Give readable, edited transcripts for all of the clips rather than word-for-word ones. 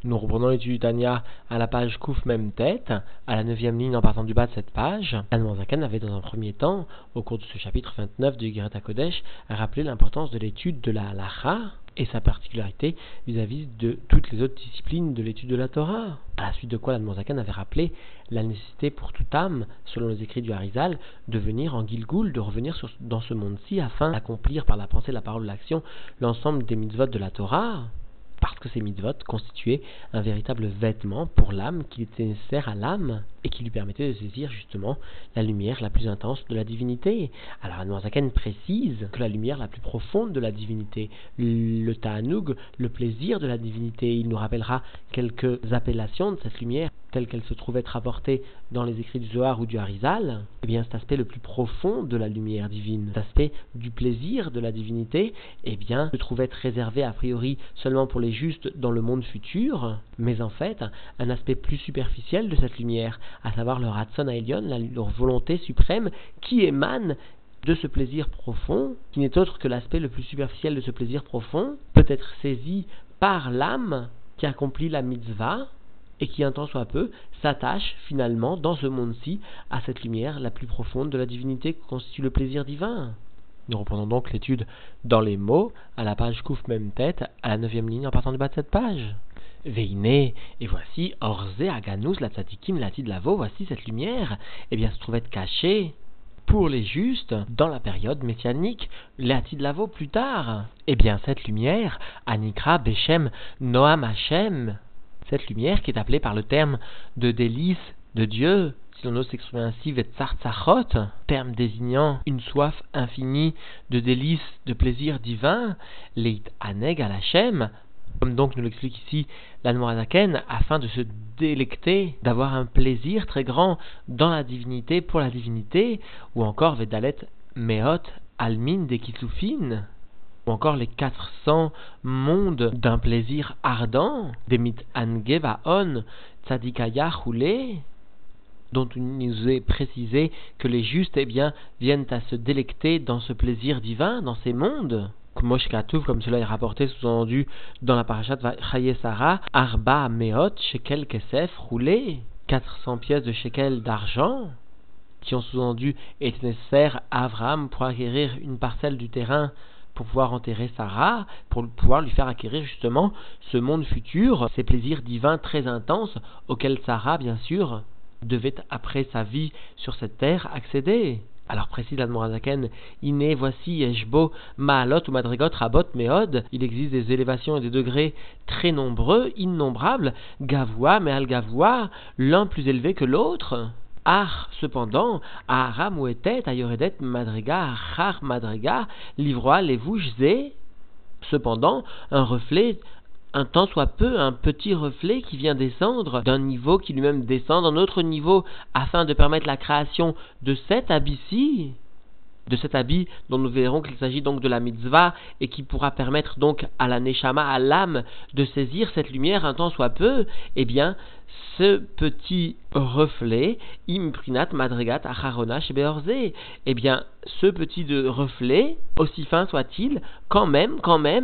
Nous reprenons l'étude du Tanya à la page Kouf même tête, à la 9e ligne en partant du bas de cette page. L'Admor Zaken avait dans un premier temps, au cours de ce chapitre 29 du Igeret HaKodesh, rappelé l'importance de l'étude de la halacha et sa particularité vis-à-vis de toutes les autres disciplines de l'étude de la Torah. À la suite de quoi l'Admor Zaken avait rappelé la nécessité pour toute âme, selon les écrits du Harizal, de venir en Gilgul, de revenir dans ce monde-ci afin d'accomplir par la pensée, la parole, l'action, l'ensemble des mitzvot de la Torah. Parce que ces mitzvot constituaient un véritable vêtement pour l'âme qui était nécessaire à l'âme et qui lui permettait de saisir justement la lumière la plus intense de la divinité. Alors Admor Zaken précise que la lumière la plus profonde de la divinité, le ta'anoug, le plaisir de la divinité, il nous rappellera quelques appellations de cette lumière telle qu'elle se trouve être rapportée dans les écrits du Zohar ou du Harizal. Eh bien cet aspect le plus profond de la lumière divine, cet aspect du plaisir de la divinité, eh bien se trouve être réservé a priori seulement pour les justes dans le monde futur, mais en fait un aspect plus superficiel de cette lumière, à savoir le Ratzon Haelyon, leur volonté suprême qui émane de ce plaisir profond, qui n'est autre que l'aspect le plus superficiel de ce plaisir profond, peut être saisi par l'âme qui accomplit la mitzvah et qui un tant soit peu s'attache finalement dans ce monde-ci à cette lumière la plus profonde de la divinité que constitue le plaisir divin. Nous reprenons donc l'étude dans les mots à la page Kouf même tête à la 9e ligne en partant du bas de cette page. Veiné, et voici Orze Aganus la Tzadikim Latid Lavo, voici cette lumière, eh bien se trouve être cachée pour les justes dans la période messianique, Latid Lavo plus tard. Eh bien cette lumière, Anikra Beshem Noam Hashem, cette lumière qui est appelée par le terme de délice de Dieu, si l'on ose s'exprimer ainsi, Vetzartzachot, terme désignant une soif infinie de délices, de plaisir divin, Leit Aneg al Hashem, comme donc nous l'explique ici l'Admor Zaken, afin de se délecter, d'avoir un plaisir très grand dans la divinité, pour la divinité, ou encore Vedalet Meot Almin de Kitzufin, ou encore les 400 mondes d'un plaisir ardent, des mit Angevaon, Tzadikaya Roulé, dont il nous est précisé que les justes eh bien, viennent à se délecter dans ce plaisir divin, dans ces mondes. Comme cela est rapporté sous-entendu dans la parashat Vachaye Sarah, Arba Meot Shekel Kesef Roulé, 400 pièces de shekel d'argent, qui ont sous-entendu été nécessaires à Abraham pour acquérir une parcelle du terrain pour pouvoir enterrer Sarah, pour pouvoir lui faire acquérir justement ce monde futur, ces plaisirs divins très intenses auxquels Sarah, bien sûr, devait après sa vie sur cette terre accéder. Alors précise l'Admor Zaken, Iné, voici Yeshbo, Maalot ou Madrigot, Rabot, Meod, il existe des élévations et des degrés très nombreux, innombrables, Gavoua, Meal Gavoua, l'un plus élevé que l'autre. Cependant, Aharam ou Etet, Ayoredet, Madriga, Achar, Madriga, Livroa, Levouchze, cependant, un reflet, un tant soit peu, un petit reflet qui vient descendre d'un niveau qui lui-même descend d'un autre niveau afin de permettre la création de cet habit-ci, de cet habit dont nous verrons qu'il s'agit donc de la mitzvah et qui pourra permettre donc à la neshama, à l'âme, de saisir cette lumière un tant soit peu, eh bien, ce petit reflet, imprinat madrigat acharona shebeorze, eh bien, ce petit reflet, aussi fin soit-il, quand même,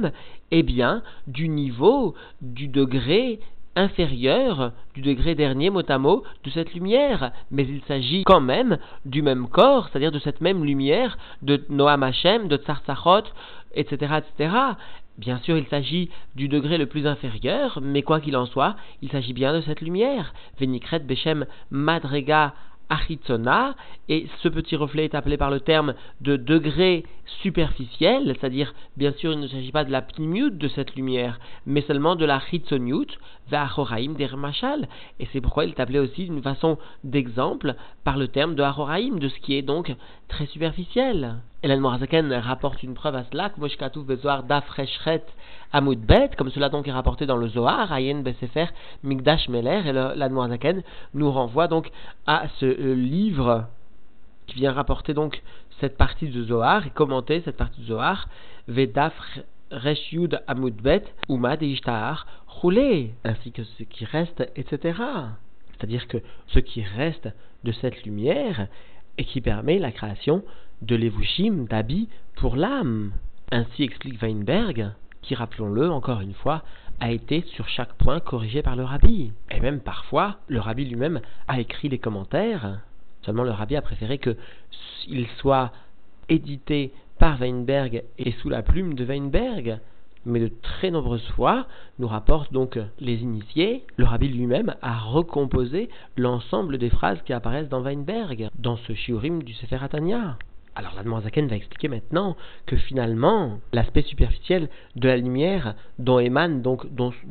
eh bien, du niveau, du degré inférieur, du degré dernier mot à mot de cette lumière, mais il s'agit quand même du même corps, c'est-à-dire de cette même lumière de Noam Hashem, de Tzartzachot, etc., etc. Bien sûr, il s'agit du degré le plus inférieur, mais quoi qu'il en soit, il s'agit bien de cette lumière. Venikret Beshem Madrega Achitzona, et ce petit reflet est appelé par le terme de degré superficiel, c'est-à-dire, bien sûr, il ne s'agit pas de la pnimiut de cette lumière, mais seulement de la chitzoniut, ve'achoraim dermachal, et c'est pourquoi il est appelé aussi d'une façon d'exemple par le terme de achoraim, de ce qui est donc très superficiel. Et l'Admor Zaken rapporte une preuve à cela, que Moshkatouf Bezoar Dafreshret Amoud Bet, comme cela donc est rapporté dans le Zohar, Ayen Besefer Migdash Meler, et l'Admor Zaken nous renvoie donc à ce livre qui vient rapporter donc cette partie du Zohar et commenter cette partie du Zohar, Vedaf Reshyud Amoud Bet, Uma de Ishtahar Roulé, ainsi que ce qui reste, etc. C'est-à-dire que ce qui reste de cette lumière et qui permet la création de levushim, d'habits pour l'âme. Ainsi explique Weinberg, qui, rappelons-le encore une fois, a été sur chaque point corrigé par le rabbi. Et même parfois, le rabbi lui-même a écrit les commentaires. Seulement le rabbi a préféré qu'il soit édité par Weinberg et sous la plume de Weinberg. Mais de très nombreuses fois, nous rapportent donc les initiés, le rabbi lui-même a recomposé l'ensemble des phrases qui apparaissent dans Weinberg, dans ce shiurim du Sefer Hatanya. Alors l'Admor Zaken va expliquer maintenant que finalement, l'aspect superficiel de la lumière dont émane, donc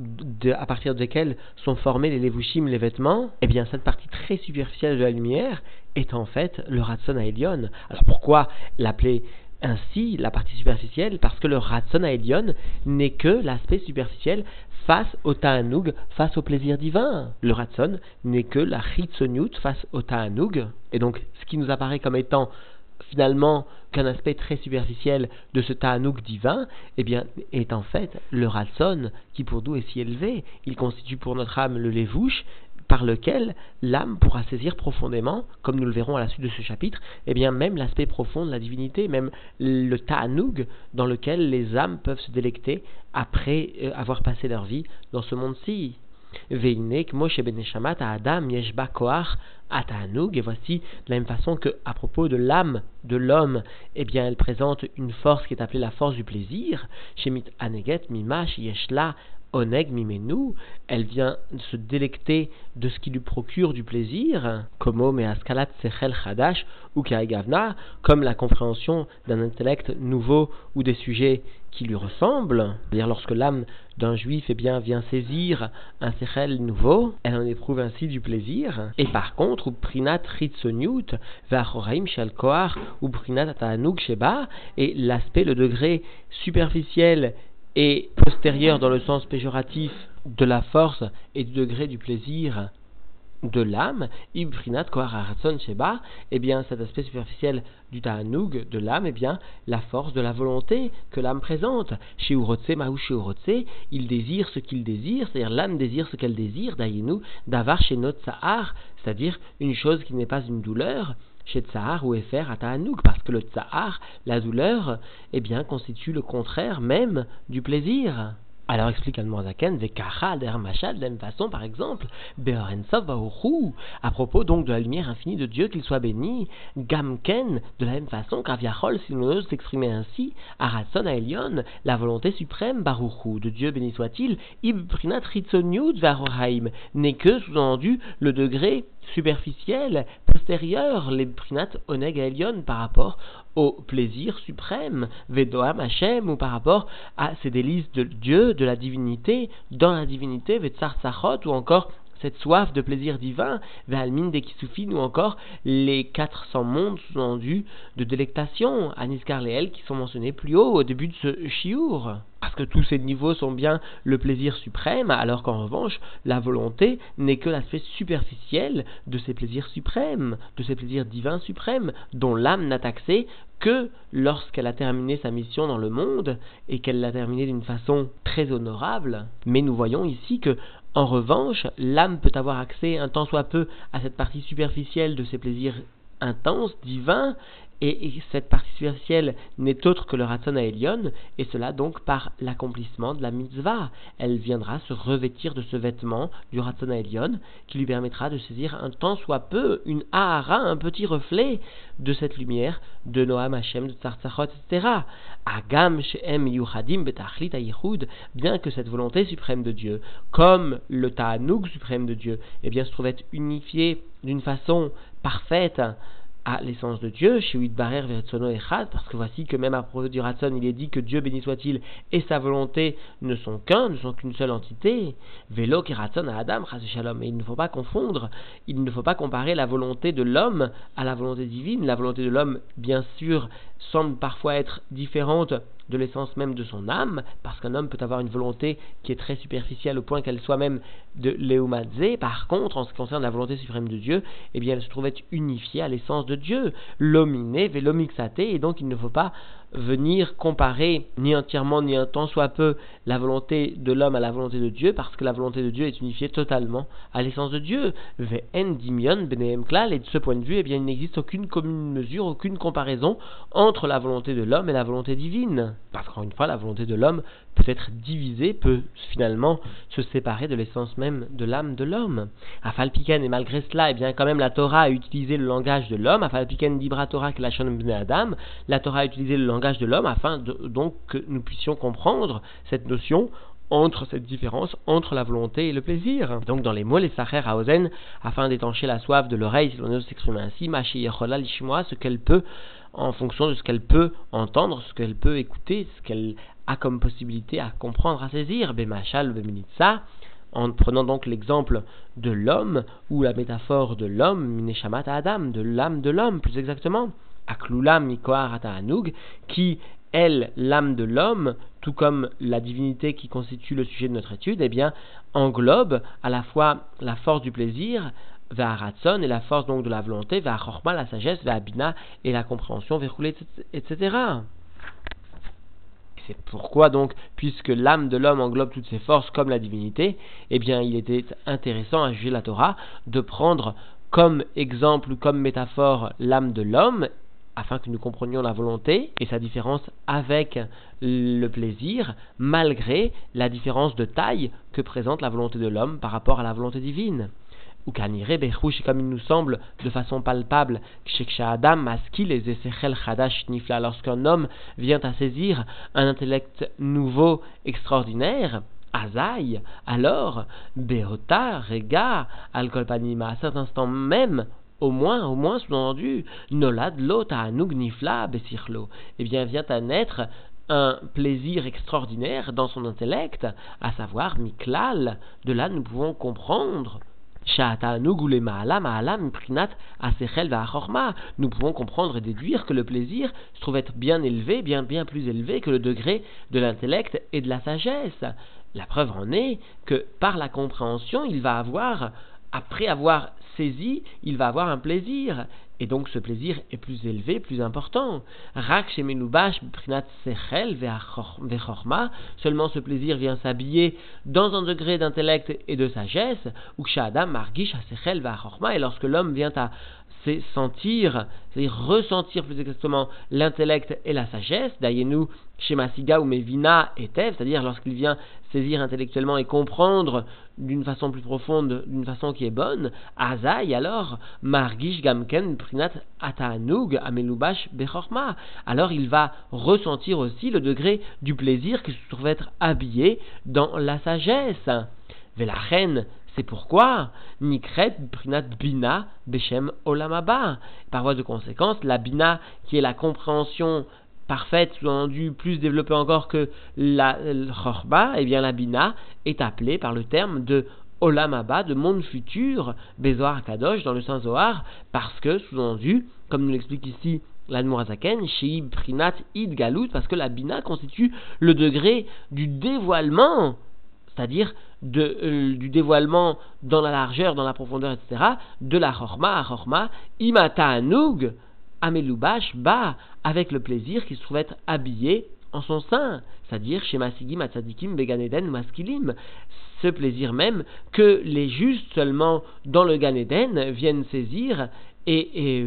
à partir desquels sont formés les levushim, les vêtements, eh bien cette partie très superficielle de la lumière est en fait le Ratzon HaElyon. Alors pourquoi l'appeler ainsi la partie superficielle? Parce que le Ratzon HaElyon n'est que l'aspect superficiel face au Ta'anug, face au plaisir divin. Le Ratzon n'est que la Chitzoniut face au Ta'anug. Et donc, ce qui nous apparaît comme étant finalement qu'un aspect très superficiel de ce Ta'anug divin, eh bien, est en fait le Ratzon qui pour nous est si élevé. Il constitue pour notre âme le Levush, par lequel l'âme pourra saisir profondément, comme nous le verrons à la suite de ce chapitre, eh bien même l'aspect profond de la divinité, même le ta'anug dans lequel les âmes peuvent se délecter après avoir passé leur vie dans ce monde-ci. Veinek Moshe ben Neshamat à Adam Yeshba Koach à ta'anug, et voici de la même façon que à propos de l'âme de l'homme, eh bien elle présente une force qui est appelée la force du plaisir. Shemit Aneget Mimash Yeshla Oneg Mimenu, elle vient se délecter de ce qui lui procure du plaisir, comme Measkalat Sechel Chadash ou Kaigavna, comme la compréhension d'un intellect nouveau ou des sujets qui lui ressemblent. C'est-à-dire lorsque l'âme d'un juif eh bien, vient saisir un Sechel nouveau, elle en éprouve ainsi du plaisir. Et par contre, ou Prinat Ritzoniut, Vachoraim Shel Koach, ou Prinat Ta'anug Sheba, et l'aspect, le degré superficiel et postérieur dans le sens péjoratif de la force et du degré du plaisir de l'âme, Ibrinat Koach HaRatzon Sheba, eh bien cet aspect superficiel du Ta'anug de l'âme, eh bien la force de la volonté que l'âme présente. Chez Urotse Mahu Chez Urotse, il désire ce qu'il désire, c'est-à-dire l'âme désire ce qu'elle désire, Dayenu, Davar Chez Not Sahar, c'est-à-dire une chose qui n'est pas une douleur, chez Tsahar ou Efer à Ta'anug, parce que le Tsahar, la douleur, eh bien, constitue le contraire même du plaisir. Alors explique Admor Zaken, Vekacha dermachal, de la même façon, par exemple, Be'orensov Baoru, à propos donc de la lumière infinie de Dieu, qu'il soit béni, Gamken, de la même façon, Kaviachol, si l'on ose s'exprimer ainsi, Aratzon HaElyon, la volonté suprême, Baruchu, de Dieu béni soit-il, Ibprinat Ritzoniut Varoraim, n'est que, sous-entendu, le degré superficiel, postérieur, les Prinat Oneg HaElyon, par rapport au plaisir suprême, Vedoam Hashem, ou par rapport à ces délices de Dieu, de la divinité, dans la divinité, Vetsar Sachot, ou encore cette soif de plaisir divin, Ve'almin Dekisufin, ou encore les 400 mondes sous-entendus de délectation, Aniskar Leel, qui sont mentionnés plus haut au début de ce shiur. Parce que tous ces niveaux sont bien le plaisir suprême, alors qu'en revanche, la volonté n'est que l'aspect superficiel de ces plaisirs suprêmes, de ces plaisirs divins suprêmes, dont l'âme n'a accès que lorsqu'elle a terminé sa mission dans le monde, et qu'elle l'a terminée d'une façon très honorable. Mais nous voyons ici que, en revanche, l'âme peut avoir accès un tant soit peu à cette partie superficielle de ces plaisirs intenses, divins, et cette partie superficielle n'est autre que le Ratzon HaElyon, et cela donc par l'accomplissement de la mitzvah. Elle viendra se revêtir de ce vêtement du Ratzon HaElyon, qui lui permettra de saisir un tant soit peu, une Ahara, un petit reflet de cette lumière de Noam Hashem, de Tzartzachot, etc. Agam she'em yuchadim betachlit hayichud, bien que cette volonté suprême de Dieu, comme le Ta'anug suprême de Dieu, eh bien se trouve être unifiée d'une façon parfaite à l'essence de Dieu, chez Uitbarer Veretzono Echad, parce que voici que même à propos du Ratzon, il est dit que Dieu béni soit-il et sa volonté ne sont qu'une seule entité. Velo ki Ratzon à Adam, Chas Shalom. Et il ne faut pas confondre, il ne faut pas comparer la volonté de l'homme à la volonté divine. La volonté de l'homme, bien sûr, semble parfois être différente de l'essence même de son âme, parce qu'un homme peut avoir une volonté qui est très superficielle au point qu'elle soit même de l'Eumadze. Par contre, en ce qui concerne la volonté suprême de Dieu, eh bien elle se trouve être unifiée à l'essence de Dieu, l'hominé velomixate, et donc il ne faut pas venir comparer ni entièrement ni un tant soit peu la volonté de l'homme à la volonté de Dieu, parce que la volonté de Dieu est unifiée totalement à l'essence de Dieu. Ve'en dimion benehem klal, et de ce point de vue, eh bien, il n'existe aucune commune mesure, aucune comparaison entre la volonté de l'homme et la volonté divine. Parce qu'encore une fois, la volonté de l'homme peut être divisée, peut finalement se séparer de l'essence même de l'âme de l'homme. Afalpiken, et malgré cela, eh bien, quand même, la Torah a utilisé le langage de l'homme. Afalpiken dibra Torah que la shon bnei Adam. La Torah a utilisé le langage de l'homme afin donc que nous puissions comprendre cette notion entre cette différence entre la volonté et le plaisir. Donc dans les mots, les sacher à Ozen, afin d'étancher la soif de l'oreille, si l'on ose s'exprimer ainsi, Machi Yechola Lishmoa, ce qu'elle peut, en fonction de ce qu'elle peut entendre, ce qu'elle peut écouter, ce qu'elle a comme possibilité à comprendre, à saisir, Bemachal, Beminitsa, en prenant donc l'exemple de l'homme, ou la métaphore de l'homme, Mineshamat Adam, de l'âme de l'homme, plus exactement, Aklulam Mikoar Ataanug, qui elle, l'âme de l'homme, tout comme la divinité qui constitue le sujet de notre étude, eh bien, englobe à la fois la force du plaisir, Ve'aratson, et la force donc de la volonté, Ve'achorma, la sagesse, Ve'abina, et la compréhension, Ve'roulé, etc. C'est pourquoi donc, puisque l'âme de l'homme englobe toutes ses forces comme la divinité, eh bien, il était intéressant à juger la Torah de prendre comme exemple ou comme métaphore l'âme de l'homme, afin que nous comprenions la volonté et sa différence avec le plaisir, malgré la différence de taille que présente la volonté de l'homme par rapport à la volonté divine. Ou kanire bechouch, comme il nous semble de façon palpable, Adam maskil et zesechel chadash nifla, lorsqu'un homme vient à saisir un intellect nouveau, extraordinaire, Azaï, alors, Behota, Rega, Alkolpanima, à cet instant même, au moins, sous-entendu, Nolad lo ta'anug nifla besirlo, eh bien vient à naître un plaisir extraordinaire dans son intellect, à savoir Miklal, de là nous pouvons comprendre. Nous pouvons comprendre et déduire que le plaisir se trouve être bien élevé, bien plus élevé que le degré de l'intellect et de la sagesse. La preuve en est que par la compréhension, il va avoir, après avoir saisi, il va avoir un plaisir. Et donc ce plaisir est plus élevé, plus important. Seulement ce plaisir vient s'habiller dans un degré d'intellect et de sagesse, et lorsque l'homme vient à sentir, c'est-à-dire ressentir plus exactement l'intellect et la sagesse, d'ayenu Shemasiga ou Mevina et Tev, c'est-à-dire lorsqu'il vient saisir intellectuellement et comprendre d'une façon plus profonde, d'une façon qui est bonne, Azaï alors, Margish Gamken Prinat Ataanug Amelubash Bechorma, alors il va ressentir aussi le degré du plaisir qui se trouve être habillé dans la sagesse. Velachen, c'est pourquoi Nikret Prinat Bina Beshem Olamaba. Par voie de conséquence, la Bina, qui est la compréhension parfaite, sous-entendu plus développée encore que la Chorba, eh bien la Bina est appelée par le terme de Olam Haba, de monde futur, Bezoar Kadosh, dans le Saint Zohar, parce que, sous-entendu, comme nous l'explique ici l'Admor Hazaken, Sheib Prinat Id Galut, parce que la Bina constitue le degré du dévoilement, c'est-à-dire du dévoilement dans la largeur, dans la profondeur, etc., de la Chorma, Imata Anug, Amelubash, Ba, avec le plaisir qui se trouve être habillé en son sein, c'est-à-dire chez Masigim, Atzadikim, Beganeden, Maskilim, ce plaisir même que les justes seulement dans le Gan Eden viennent saisir et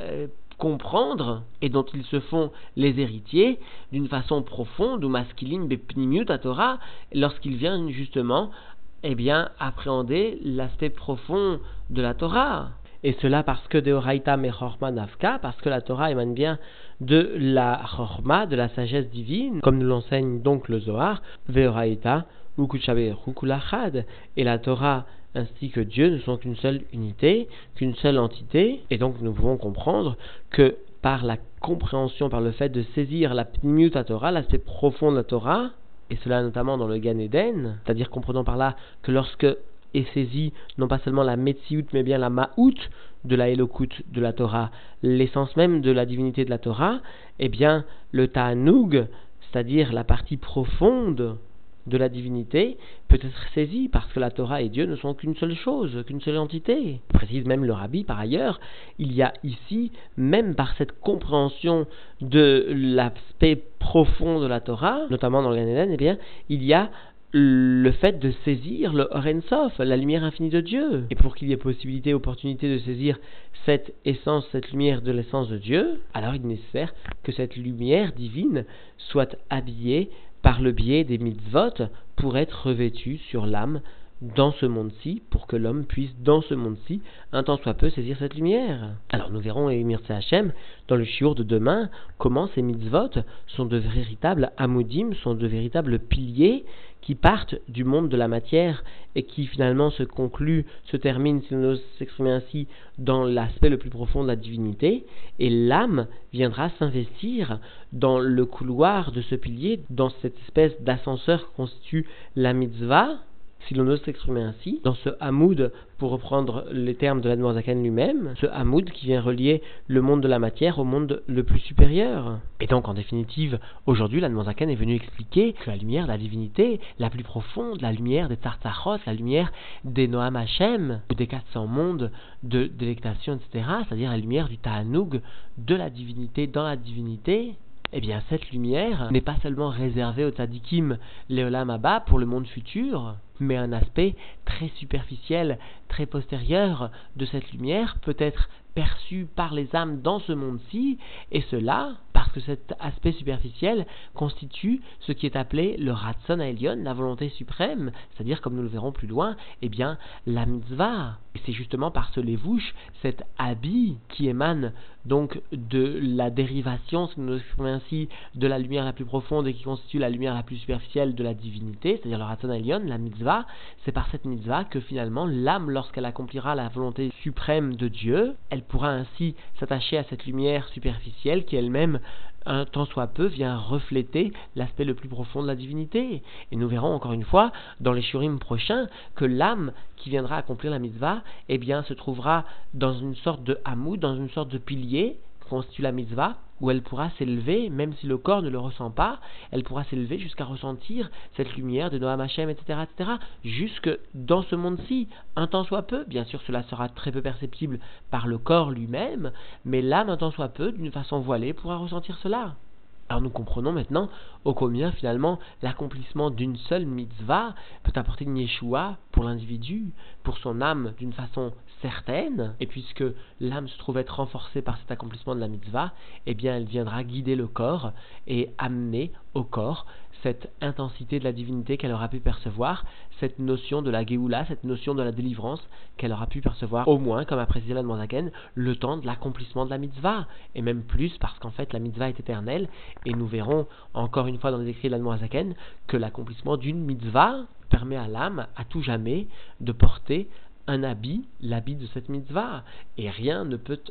comprendre, et dont ils se font les héritiers d'une façon profonde, ou Maskilim, Bepnimiut, à Torah, lorsqu'ils viennent justement appréhender l'aspect profond de la Torah. Et cela parce que de Horaïta me Chorma Nafka, parce que la Torah émane bien de la Chorma, de la sagesse divine, comme nous l'enseigne donc le Zohar, Vehoraïta ou Kuchabe Rukulachad, et la Torah ainsi que Dieu ne sont qu'une seule unité, qu'une seule entité, et donc nous pouvons comprendre que par la compréhension, par le fait de saisir la Pnimiut à Torah, l'aspect profond de la Torah, et cela notamment dans le Gan Eden, c'est-à-dire comprenant par là que lorsque est saisie non pas seulement la Metsiout, mais bien la Ma'out de la Elokut de la Torah, l'essence même de la divinité de la Torah, eh bien le Ta'anug, c'est-à-dire la partie profonde de la divinité peut être saisi parce que la Torah et Dieu ne sont qu'une seule chose, qu'une seule entité. Précise même le Rabbi par ailleurs, il y a ici, même par cette compréhension de l'aspect profond de la Torah, notamment dans le Gan Eden, eh bien, il y a le fait de saisir le Or Ein Sof, la lumière infinie de Dieu. Et pour qu'il y ait possibilité, opportunité de saisir cette essence, cette lumière de l'essence de Dieu, alors il est nécessaire que cette lumière divine soit habillée par le biais des mitzvot pour être revêtue sur l'âme dans ce monde-ci, pour que l'homme puisse, dans ce monde-ci, un tant soit peu saisir cette lumière. Alors nous verrons, Emir Hachem, dans le shiur de demain, comment ces mitzvot sont de véritables amudim, sont de véritables piliers qui partent du monde de la matière et qui finalement se concluent, se terminent, si l'on ose s'exprimer ainsi, dans l'aspect le plus profond de la divinité, et l'âme viendra s'investir dans le couloir de ce pilier, dans cette espèce d'ascenseur que constitue la mitzvah, si l'on ose s'exprimer ainsi, dans ce hamoud, pour reprendre les termes de l'Admor Zaken lui-même, ce hamoud qui vient relier le monde de la matière au monde le plus supérieur. Et donc, en définitive, aujourd'hui, l'Admor Zaken est venu expliquer que la lumière de la divinité, la plus profonde, la lumière des Tzartzachot, la lumière des Noam Hashem, ou des 400 mondes de délectation, etc., c'est-à-dire la lumière du Ta'anoug, de la divinité dans la divinité, eh bien, cette lumière n'est pas seulement réservée aux tzadikim Leolam Abba pour le monde futur, mais un aspect très superficiel, très postérieur de cette lumière peut être perçu par les âmes dans ce monde-ci, et cela parce que cet aspect superficiel constitue ce qui est appelé le Ratzon Haelyon, la volonté suprême, c'est-à-dire, comme nous le verrons plus loin, eh bien, la mitzvah. Et c'est justement par ce levouche, cet habit qui émane donc de la dérivation, si nous l'exprimons ainsi, de la lumière la plus profonde et qui constitue la lumière la plus superficielle de la divinité, c'est-à-dire le Ratzon Haelyon, la mitzvah. C'est par cette mitzvah que finalement l'âme, lorsqu'elle accomplira la volonté suprême de Dieu, elle pourra ainsi s'attacher à cette lumière superficielle qui elle-même, un tant soit peu, vient refléter l'aspect le plus profond de la divinité. Et nous verrons encore une fois dans les shurim prochains que l'âme qui viendra accomplir la mitzvah, eh bien, se trouvera dans une sorte de hamoud, dans une sorte de pilier qui constitue la mitzvah, où elle pourra s'élever, même si le corps ne le ressent pas, elle pourra s'élever jusqu'à ressentir cette lumière de Noam Hashem, etc., jusque dans ce monde-ci, un tant soit peu. Bien sûr, cela sera très peu perceptible par le corps lui-même, mais l'âme, un tant soit peu, d'une façon voilée, pourra ressentir cela. Alors nous comprenons maintenant ô combien finalement l'accomplissement d'une seule mitzvah peut apporter une yeshua pour l'individu, pour son âme d'une façon certaine, et puisque l'âme se trouve être renforcée par cet accomplissement de la mitzvah, eh bien elle viendra guider le corps et amener au corps cette intensité de la divinité qu'elle aura pu percevoir, cette notion de la Géoula, cette notion de la délivrance qu'elle aura pu percevoir, au moins, comme a précisé l'Admor Zaken, le temps de l'accomplissement de la mitzvah, et même plus parce qu'en fait la mitzvah est éternelle, et nous verrons encore une fois dans les écrits de l'Admor Zaken que l'accomplissement d'une mitzvah permet à l'âme, à tout jamais, de porter un habit, l'habit de cette mitzvah, et rien ne peut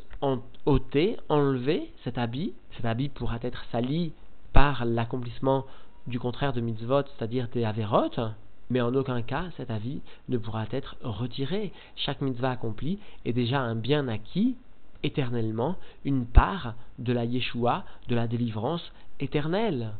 ôter, enlever cet habit pourra être sali par l'accomplissement du contraire de mitzvot, c'est-à-dire des averot, mais en aucun cas cet avis ne pourra être retiré. Chaque mitzvah accomplie est déjà un bien acquis éternellement, une part de la Yeshua, de la délivrance éternelle.